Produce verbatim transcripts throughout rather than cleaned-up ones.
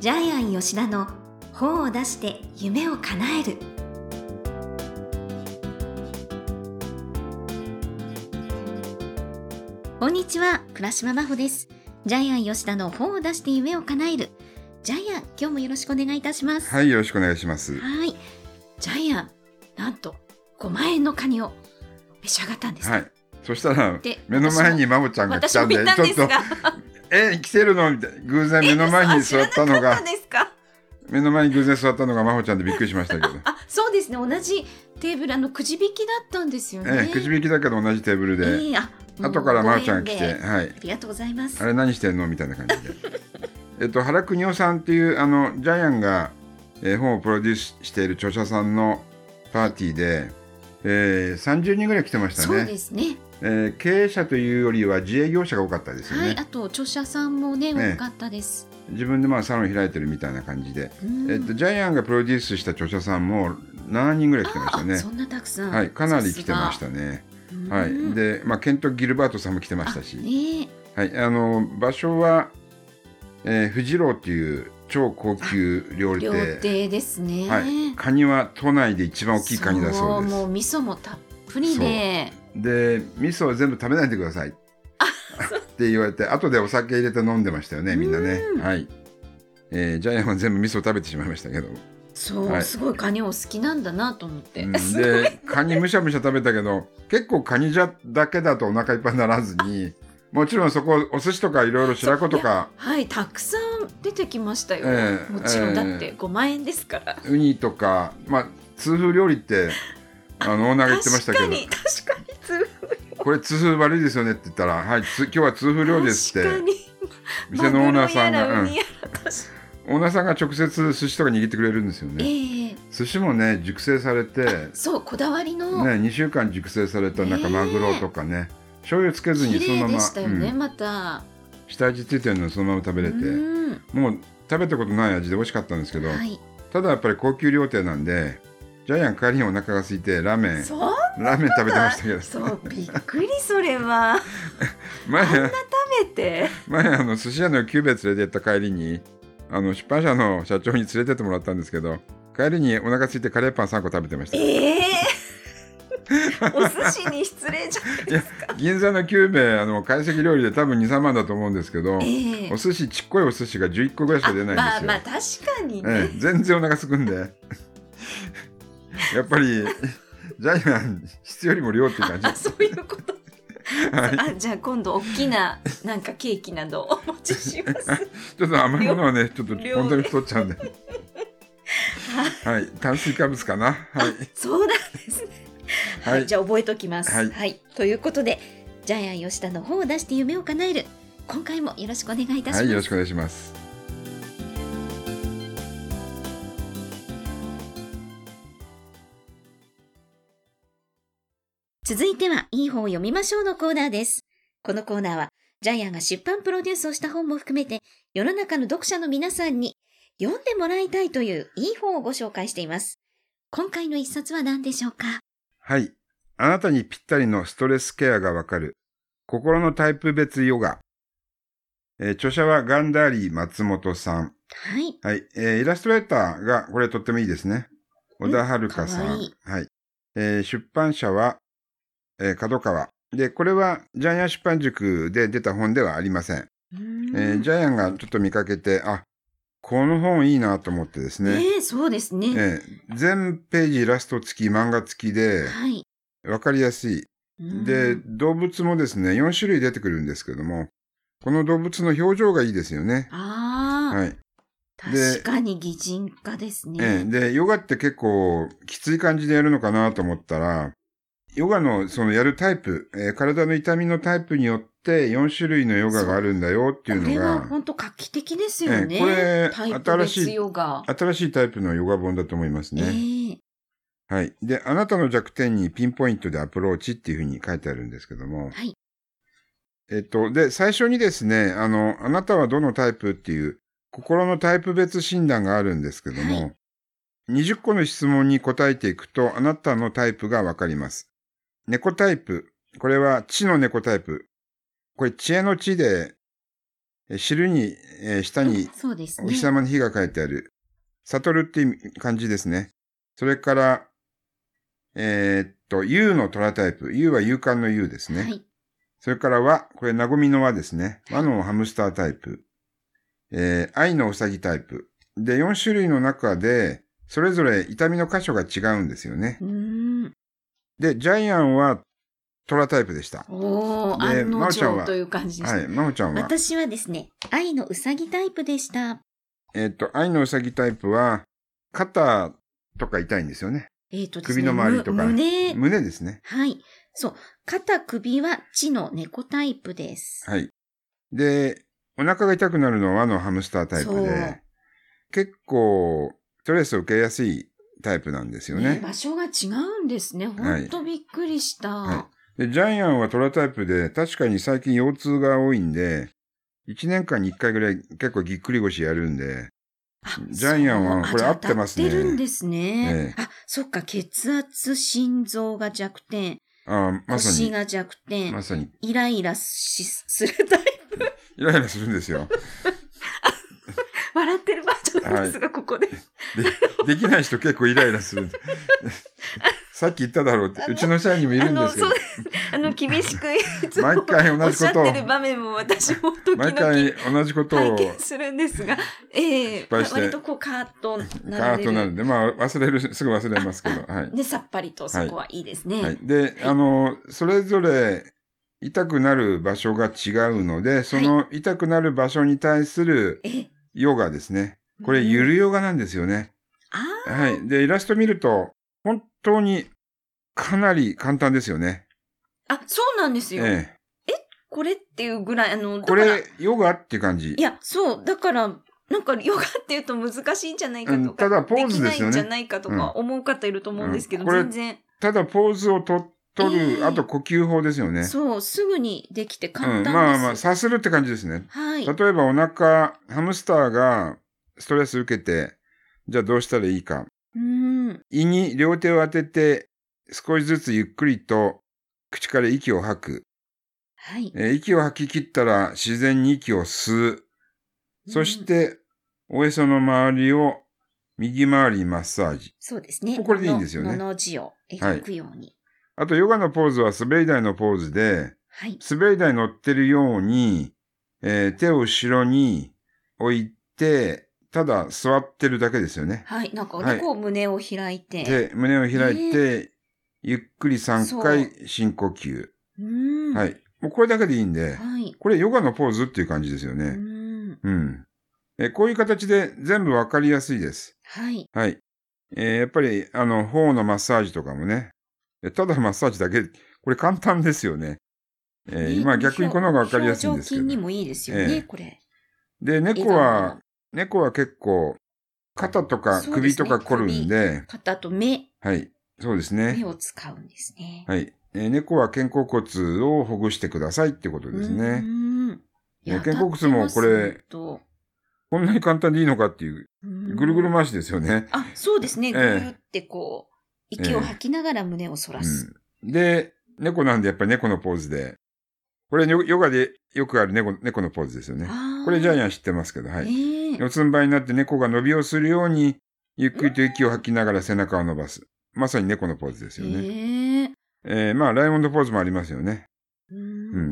ジャイアン吉田の本を出して夢を叶える。こんにちは、倉島真帆です。ジャイアン吉田の本を出して夢を叶える。ジャイアン、今日もよろしくお願いいたします。 はい、よろしくお願いします。 はい、ジャイアン、なんとごまんえんのカニを召し上がったんですか。 はい、そしたら目の前に真帆ちゃんが来たんで、 私も見たんですがちょっとえ来てるのみたいな、偶然目の前に座ったのが目の前に偶然座ったのが真帆ちゃんでびっくりしましたけどあ、そうですね、同じテーブル、あのくじ引きだったんですよね。 ええ、くじ引きだけど同じテーブルで、えー、あ後から真帆ちゃんが来て、はい、 ありがとうございます。 あれ何してんのみたいな感じでえっと原邦夫さんっていうあのジャイアンが、えー、本をプロデュースしている著者さんのパーティーで、えー、さんじゅうにんぐらい来てましたね。 そうですね、 えー、経営者というよりは自営業者が多かったですよね。 はい、あと著者さんもね、ね多かったです。 自分でまあサロン開いてるみたいな感じで、えっと、ジャイアンがプロデュースした著者さんもしちにんぐらい来てましたね。 そんなたくさん、 はい、かなり来てましたね。はい、で、まあ、ケント・ギルバートさんも来てましたし、ね、はい、あの場所は、えー、フジローっていう超高級料理亭。料亭ですね。はい、カニは都内で一番大きいカニだそうです。 もう味噌もたっぷりで、 で味噌は全部食べないでくださいって言われて、後でお酒入れて飲んでましたよね、みんなね。はい、えー、ジャイアンは全部味噌食べてしまいましたけど、 そう、はい、すごいカニお好きなんだなと思って、うん、 でカニむしゃむしゃ食べたけど結構カニじゃだけだとお腹いっぱいにならずにもちろんそこお寿司とかいろいろ白子とか、 はい、たくさん出てきましたよ、えー、もちろん、えー、だってごまんえんですから。 ウニとか、まあ、痛風料理ってあのオーナーが言ってましたけど、 確かに確かに痛風これ痛風悪いですよねって言ったら、はい、今日は痛風料理ですって店のオーナーさんが、うん、オーナーさんが直接寿司とか握ってくれるんですよね。えー、寿司もね熟成されて、 そうこだわりの、 ね、にしゅうかん熟成されたなんかマグロとかね、えー、醤油つけずにそのまま、 綺麗でしたよね、 うん、 また下味ついてるのそのまま食べれて、もう食べたことない味で美味しかったんですけど、はい、ただやっぱり高級料亭なんでジャイアン帰りにお腹が空いてラーメンラーメン食べてましたけど、 そうびっくりそれは前あんな食べて前あの寿司屋のキューベ連れてった帰りにあの出版社の社長に連れてってもらったんですけど、帰りにお腹空いてカレーパンさんこ食べてました。 えー、お寿司に失礼じゃないですか。 銀座のキューベあの懐石料理で多分 にさんまんだと思うんですけど、えー、お寿司ちっこいお寿司がじゅういっこぐらいしか出ないんですよ。 まあまあ確かにね、 えー、全然お腹すくんでやっぱりジャイアン質よりも量っていう感じ。 あ、そういうことはい、あじゃあ今度大きななんかケーキなどお持ちしますちょっと甘いものはねちょっと本当に太っちゃうんではい、炭水化物かな、はい、 そうなんですね、はいはい、じゃあ覚えときます、はいはい、ということでジャイアン吉田の本を出して夢を叶える、今回もよろしくお願いいたします。 はい、よろしくお願いします。 続いてはいい本を読みましょうのコーナーです。このコーナーはジャイアンが出版プロデュースをした本も含めて世の中の読者の皆さんに読んでもらいたいといういい本をご紹介しています。今回の一冊は何でしょうか。 はい、あなたにぴったりのストレスケアがわかる心のタイプ別ヨガ、えー、著者はガンダーリー松本さん、はいはい、えー、イラストレーターがこれとってもいいですね、小田遥さん、うん、いい、はい、えー、出版社はえー、角川で、これはジャイアン出版塾で出た本ではありません。えー、ジャイアンがちょっと見かけて、あ、この本いいなと思ってですね。 えー、そうですね、 えー、全ページイラスト付き漫画付きで、はい、わかりやすい。で、動物もですねよんしゅるい出てくるんですけども、この動物の表情がいいですよね。 ああ、はい、確かに擬人化ですね。 えー、でヨガって結構きつい感じでやるのかなと思ったら、ヨガのそのやるタイプ、えー、体の痛みのタイプによってよんしゅるいのヨガがあるんだよっていうのが、これは本当画期的ですよね。 えー、これタイプ別ヨガ、 新しいタイプのヨガ本だと思いますね。えー、はい。で、あなたの弱点にピンポイントでアプローチっていうふうに書いてあるんですけども、はい。えっとで最初にですね、あのあなたはどのタイプっていう心のタイプ別診断があるんですけども、はい、にじゅっこの質問に答えていくとあなたのタイプがわかります。猫タイプ。これは知の猫タイプ。これ知恵の知で、 汁に、えー、下に、 そうですね。 お日様の火が書いてある。悟るっていう感じですね。それから、えー、っと、U の虎タイプ。U は勇敢の U ですね。はい。それから和、これ、なごみの和ですね。和のハムスタータイプ。えー、愛のうさぎタイプ。で、よん種類の中で、それぞれ痛みの箇所が違うんですよね。うーん。で、ジャイアンは虎タイプでした。 おー、案の定という感じでした。 はい、まおちゃんは。 私はですね、愛のうさぎタイプでした。 えっと、愛のうさぎタイプは、肩とか痛いんですよね。 えっとですね、 首の周りとか。 胸。 胸ですね。 はい。そう。肩、首は地の猫タイプです。 はい。で、お腹が痛くなるのはあのハムスタータイプで、結構ストレスを受けやすいタイプなんですよね。ね、 場所が違うんですね。ほんとびっくりした。 はい。で、ジャイアンはトラタイプで、確かに最近腰痛が多いんで、いちねんかんにいっかいぐらい結構ぎっくり腰やるんで、ジャイアンはこれ合ってますね。 合ってるんですね。あ、そっか、血圧、心臓が弱点。あまさに。腰が弱点。まさに。イライラしするタイプ。 イライラするんですよ。 笑ってるバージョンなんですが、はい、ここでで。 できない人結構イライラする。さっき言っただろうって、うちの社員にもいるんですけど。 あの、厳しくいつも毎回同じことを。 おっしゃってる場面も私も時々 毎回同じことを体験するんですが、ええー、割とこうカーッとなる。 カーッとなるんで、まあ忘れる、すぐ忘れますけど。はい。 で、さっぱりとそこはいいですね。 はい。はい、で、はい、あの、それぞれ痛くなる場所が違うので、その痛くなる場所に対するヨガですね。これ、ゆるヨガなんですよね。 ああ。 はい。で、イラスト見ると、本当にかなり簡単ですよね。 あ、そうなんですよ。ええ。え、これっていうぐらい、あの、 これ、ヨガっていう感じ。 いや、そう。だから、なんか、ヨガっていうと難しいんじゃないかとか、うん、 ただポーズですよね。 できないんじゃないかとか思う方いると思うんですけど、うんうん、全然。 ただポーズをと取る、えー、あと呼吸法ですよね。 そう、すぐにできて簡単です。 うん、まあまあ、さするって感じですね。 はい。 例えばお腹、ハムスターがストレス受けて、じゃあどうしたらいいか。 うん。 胃に両手を当てて、少しずつゆっくりと口から息を吐く。 はい。 えー、息を吐き切ったら自然に息を吸う。そして、おへその周りを右回りにマッサージ。 そうですね。 これでいいんですよね。 のの字を描くように。はい、 あと、ヨガのポーズは滑り台のポーズで、はい、滑り台に乗ってるように、えー、手を後ろに置いて、ただ座ってるだけですよね。 はい。なんか、ね、こう胸を開いて。 で、胸を開いて、ゆっくりさんかい深呼吸。 うんはい。もうこれだけでいいんで、 はい、 これヨガのポーズっていう感じですよね。 うん。 うん。え、こういう形で全部わかりやすいです。 はい。 はい。えー、やっぱり、あの、頬のマッサージとかもね、ただマッサージだけ、これ簡単ですよね。えー、今逆にこの方がわかりやすいんですけど。 表情筋にもいいですよね、えー、これ。 で、猫は、猫は結構、肩とか首とか凝るんで。 で肩と目。 はい。そうですね。 目を使うんですね。 はい。えー、猫は肩甲骨をほぐしてくださいってことですね。 うん。 えー、肩甲骨もこれ、こんなに簡単でいいのかっていう、ぐるぐる回しですよね。 あ、そうですね。ぐるってこう、息を吐きながら胸を反らす。 うん、で、猫なんでやっぱり猫のポーズで、これヨガでよくある猫、猫のポーズですよね。これジャイアン知ってますけど、はい。えー、四つん這いになって猫が伸びをするように、ゆっくりと息を吐きながら背中を伸ばす。まさに猫のポーズですよね。えー、えー、まあ、ライオンのポーズもありますよね。うん、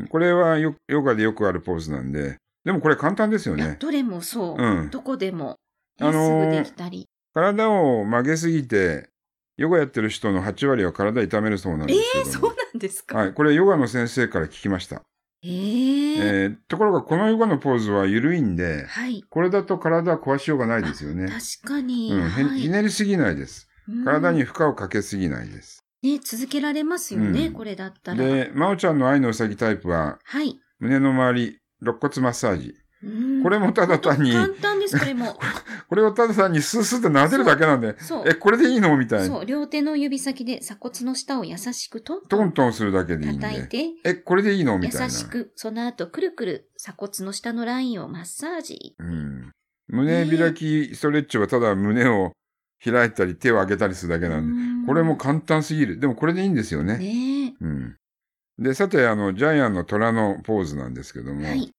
これはヨガでよくあるポーズなんで、でもこれ簡単ですよね。 どれもそう。うん、どこでも、ね、 あのー、 すぐできたり。 体を曲げすぎて、ヨガやってる人のはちわりは体痛めるそうなんですけど。 えー、そうなんですか。 はい。これヨガの先生から聞きました。 えー、 えー、ところがこのヨガのポーズは緩いんで、 はい、 これだと体は壊しようがないですよね。 確かに、 うんはい、ひねりすぎないです。体に負荷をかけすぎないです。 ね、続けられますよね、うん、これだったら。 で、まおちゃんの愛のうさぎタイプは、 はい、 胸の周り、肋骨マッサージ。これもただ単に、 簡単です、これも。 これをただ単にスースーって撫でるだけなんで、え、これでいいのみたいな。 そう、両手の指先で鎖骨の下を優しくトントン。トントンするだけでいいんで。 叩いて、 え、これでいいのみたいな。 優しく、その後くるくる鎖骨の下のラインをマッサージ。 うん。胸開きストレッチはただ胸を開いたり手を上げたりするだけなんで、これも簡単すぎる。でもこれでいいんですよね。 ねうん。で、さて、あの、ジャイアンの虎のポーズなんですけども、はい、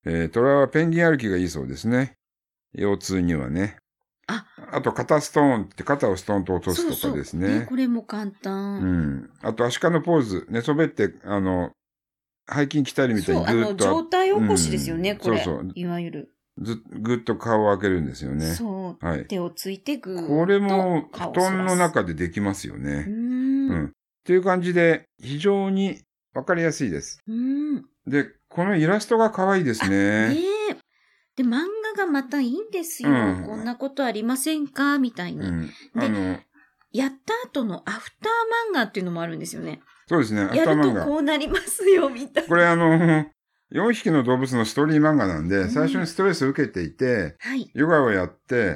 えー、虎はペンギン歩きがいいそうですね。腰痛にはね。あ、あと肩ストーンって肩をストーンと落とすとかですね。そうそうね、 これも簡単。 うん。あと、アシカのポーズ。寝そべって、あの、背筋鍛えるみたいにぐーっと。 そう、あの、上体起こしですよね、うん、これ。 そうそう。 いわゆる。 ず、ぐっと顔を開けるんですよね。 そう。はい。手をついてぐーっと。 これも、布団の中でできますよね。 うん。うん。 っていう感じで、非常にわかりやすいです。 うん。 で、このイラストが可愛いですね。 ねえ。で、漫画がまたいいんですよ。うん、こんなことありませんかみたいに。うん、で、あの、やった後のアフター漫画っていうのもあるんですよね。 そうですね、アフター漫画。 やるとこうなりますよ、みたいな。 これあの、よんひきの動物のストーリー漫画なんで、うん、最初にストレスを受けていて、はい、ヨガをやって、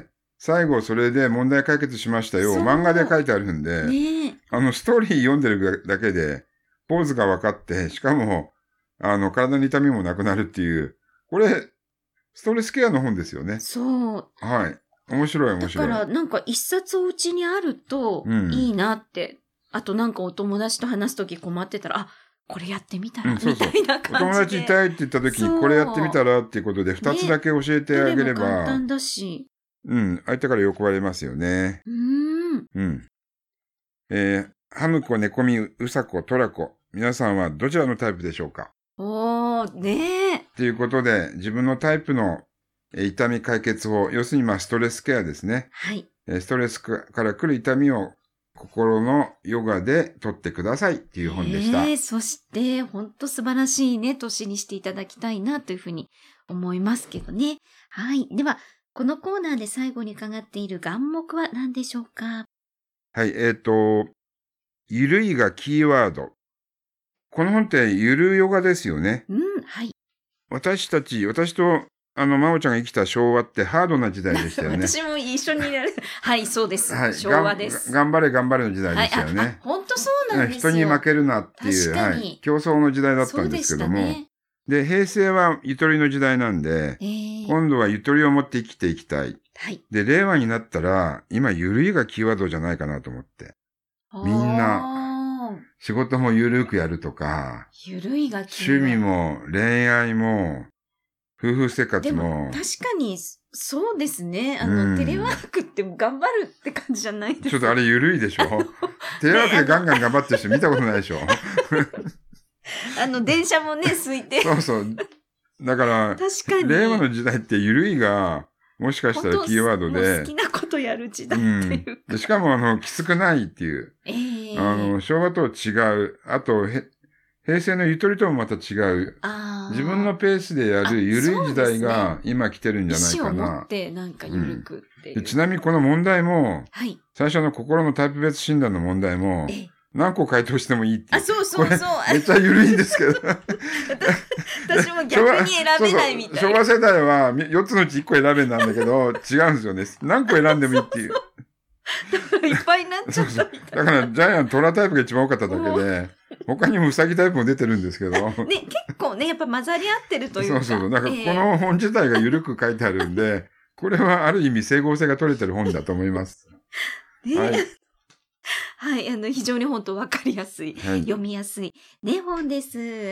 最後それで問題解決しましたよ。漫画で書いてあるんで、ね、あの、ストーリー読んでるだけで、ポーズが分かって、しかも、あの、体の痛みもなくなるっていう、これ、ストレスケアの本ですよね。 そう。 はい。面白い面白い。 だから、なんか一冊お家にあるといいなって。うん、あとなんかお友達と話すとき困ってたら、あ、これやってみたら、うん、そうそうみたいな感じで。お友達いたいって言ったときに、これやってみたらっていうことで、二つだけ教えてあげれば。ね、 簡単だし。 うん。相手から喜ばれますよね。 うーん。 うん。えー、ハムコ、ネコミ、ウサコ、トラコ。皆さんはどちらのタイプでしょうか？ おー、ねえ。 ということで、自分のタイプの痛み解決法、要するにまあストレスケアですね。 はい。 ストレスから来る痛みを心のヨガで取ってくださいっていう本でした。 えー、そして、ほんと素晴らしいね、年にしていただきたいなというふうに思いますけどね。はい。では、このコーナーで最後に伺っている願目は何でしょうか？ はい、えっと、ゆるいがキーワード。この本ってゆるヨガですよね。 うん、はい。 私たち、私と、あの、まおちゃんが生きた昭和ってハードな時代でしたよね。 私も一緒にいられる。はい、そうです。はい、昭和です。 頑張れ頑張れの時代でしたよね。 本当そうなんですよ。 人に負けるなっていう、はい、競争の時代だったんですけども。そうでしたね。で、平成はゆとりの時代なんで、えー、今度はゆとりを持って生きていきたい。はい。で、令和になったら、今ゆるいがキーワードじゃないかなと思って。みんな、仕事もゆるくやるとか、 ゆるいがキーワード。 趣味も恋愛も、夫婦生活も。でも確かに、そうですね。あの、うん、テレワークって頑張るって感じじゃないですか。 ちょっとあれゆるいでしょテレワークでガンガン頑張ってる人見たことないでしょあの、電車もね、空いて。 そうそう。だから、確かに令和の時代ってゆるいが、もしかしたらキーワードで。 好きなことやる時代っていうか。 うん、しかも、あの、きつくないっていう。えー、あの、昭和と違う。あと、へ平成のゆとりともまた違う。自分のペースでやるゆるい時代が今来てるんじゃないかな。 意思を持ってなんかゆるくっていう、 うん、ちなみにこの問題も、はい、最初の心のタイプ別診断の問題も、え何個回答してもいいっていう。 あ、そうそうそう。 めっちゃゆるいんですけど。 私も逆に選べないみたいな。 昭和世代はよっつのうちいっこ選べなんだけど、違うんですよね。何個選んでもいいっていう。 そうそう、いっぱいになっちゃったみたいな。そうそうだからジャイアントラタイプが一番多かっただけで、他にもウサギタイプも出てるんですけど。ね、 結構ね、やっぱ混ざり合ってるというか。 そうそう。なんかこの本自体がゆるく書いてあるんで、えー、これはある意味整合性が取れてる本だと思います。 ね、はい。はい、あの、非常に本当わかりやすい、はい、読みやすい、ね、本です。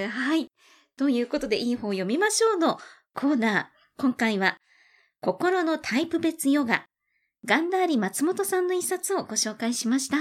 はい。ということで、いい本を読みましょうのコーナー。今回は、心のタイプ別ヨガ、ガンダーリ松本さんの一冊をご紹介しました。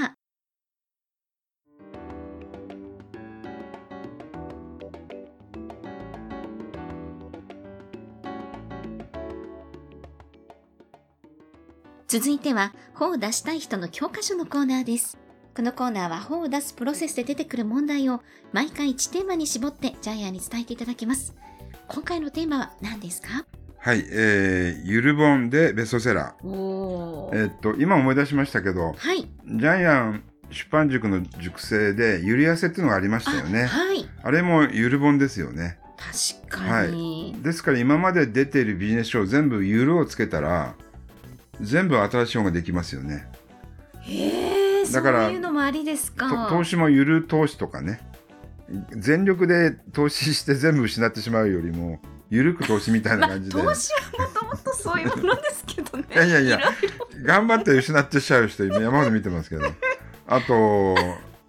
続いては、本を出したい人の教科書のコーナーです。このコーナーは本を出すプロセスで出てくる問題を毎回いちテーマに絞ってジャイアンに伝えていただきます。今回のテーマは何ですか？ はい、えー、ゆる本でベストセラー。おー。えー、っと、今思い出しましたけど、はい。ジャイアン出版塾の塾生でゆるやせっていうのがありましたよね。はい。あれもゆる本ですよね。 確かに。 はい。ですから今まで出ているビジネス書を全部ゆるをつけたら、全部新しい本ができますよね。 へー、だからそういうのもありですか。 投資もゆる投資とかね。全力で投資して全部失ってしまうよりも、ゆるく投資みたいな感じで。 まあ、投資はもともとそういうものですけどね。 いやいやいや、いろいろ頑張って失ってしちゃう人今山ほど見てますけど。あと、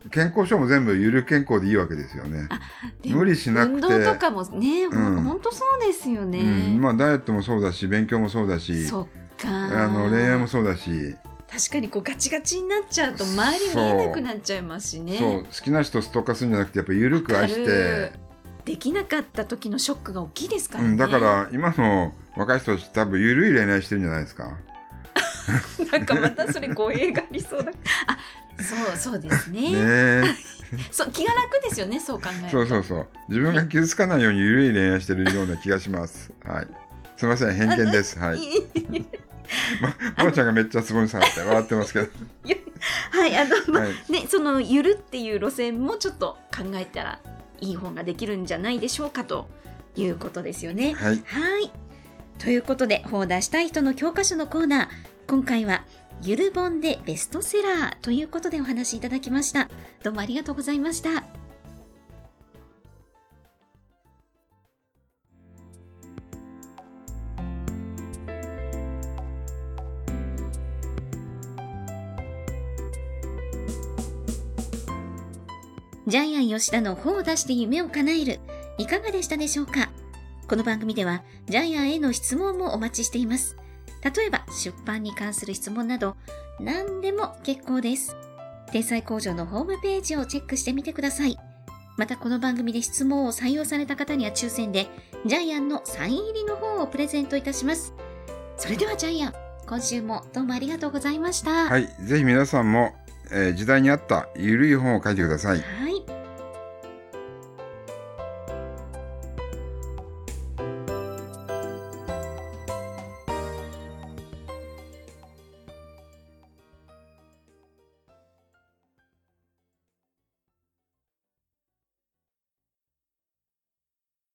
健康書も全部ゆる健康でいいわけですよね。無理しなくて。 運動とかもね、うん、ほんとそうですよね。 うん、まあダイエットもそうだし、勉強もそうだし、 そっか。 あの恋愛もそうだし。 確かにこうガチガチになっちゃうと周り見えなくなっちゃいますしね。 そう、好きな人ストーカーするんじゃなくて、やっぱゆるく愛して。 できなかった時のショックが大きいですからね。 うん、だから今の若い人たち多分ゆるい恋愛してるんじゃないですか。 なんかまたそれ語弊がありそうだ。あ、そうそうですね。 ねそう気が楽ですよね、そう考えると。 そうそうそう。自分が傷つかないようにゆるい恋愛してるような気がします。はい。すみません、偏見です。はい。ま、まおちゃんがめっちゃつぼに下がって笑ってますけど。 はい、あの、ま、はい、ね、そのゆるっていう路線もちょっと考えたらいい本ができるんじゃないでしょうかということですよね。 はい。 はい。ということで、本を出したい人の教科書のコーナー、今回はゆる本でベストセラーということでお話しいただきました。どうもありがとうございました。ジャイアン吉田の本を出して夢を叶える、いかがでしたでしょうか。この番組ではジャイアンへの質問もお待ちしています。例えば出版に関する質問など何でも結構です。天才工場のホームページをチェックしてみてください。またこの番組で質問を採用された方には抽選でジャイアンのサイン入りの本をプレゼントいたします。それではジャイアン、今週もどうもありがとうございました。 はい、ぜひ皆さんも、えー、時代に合ったゆるい本を書いてください。 はい。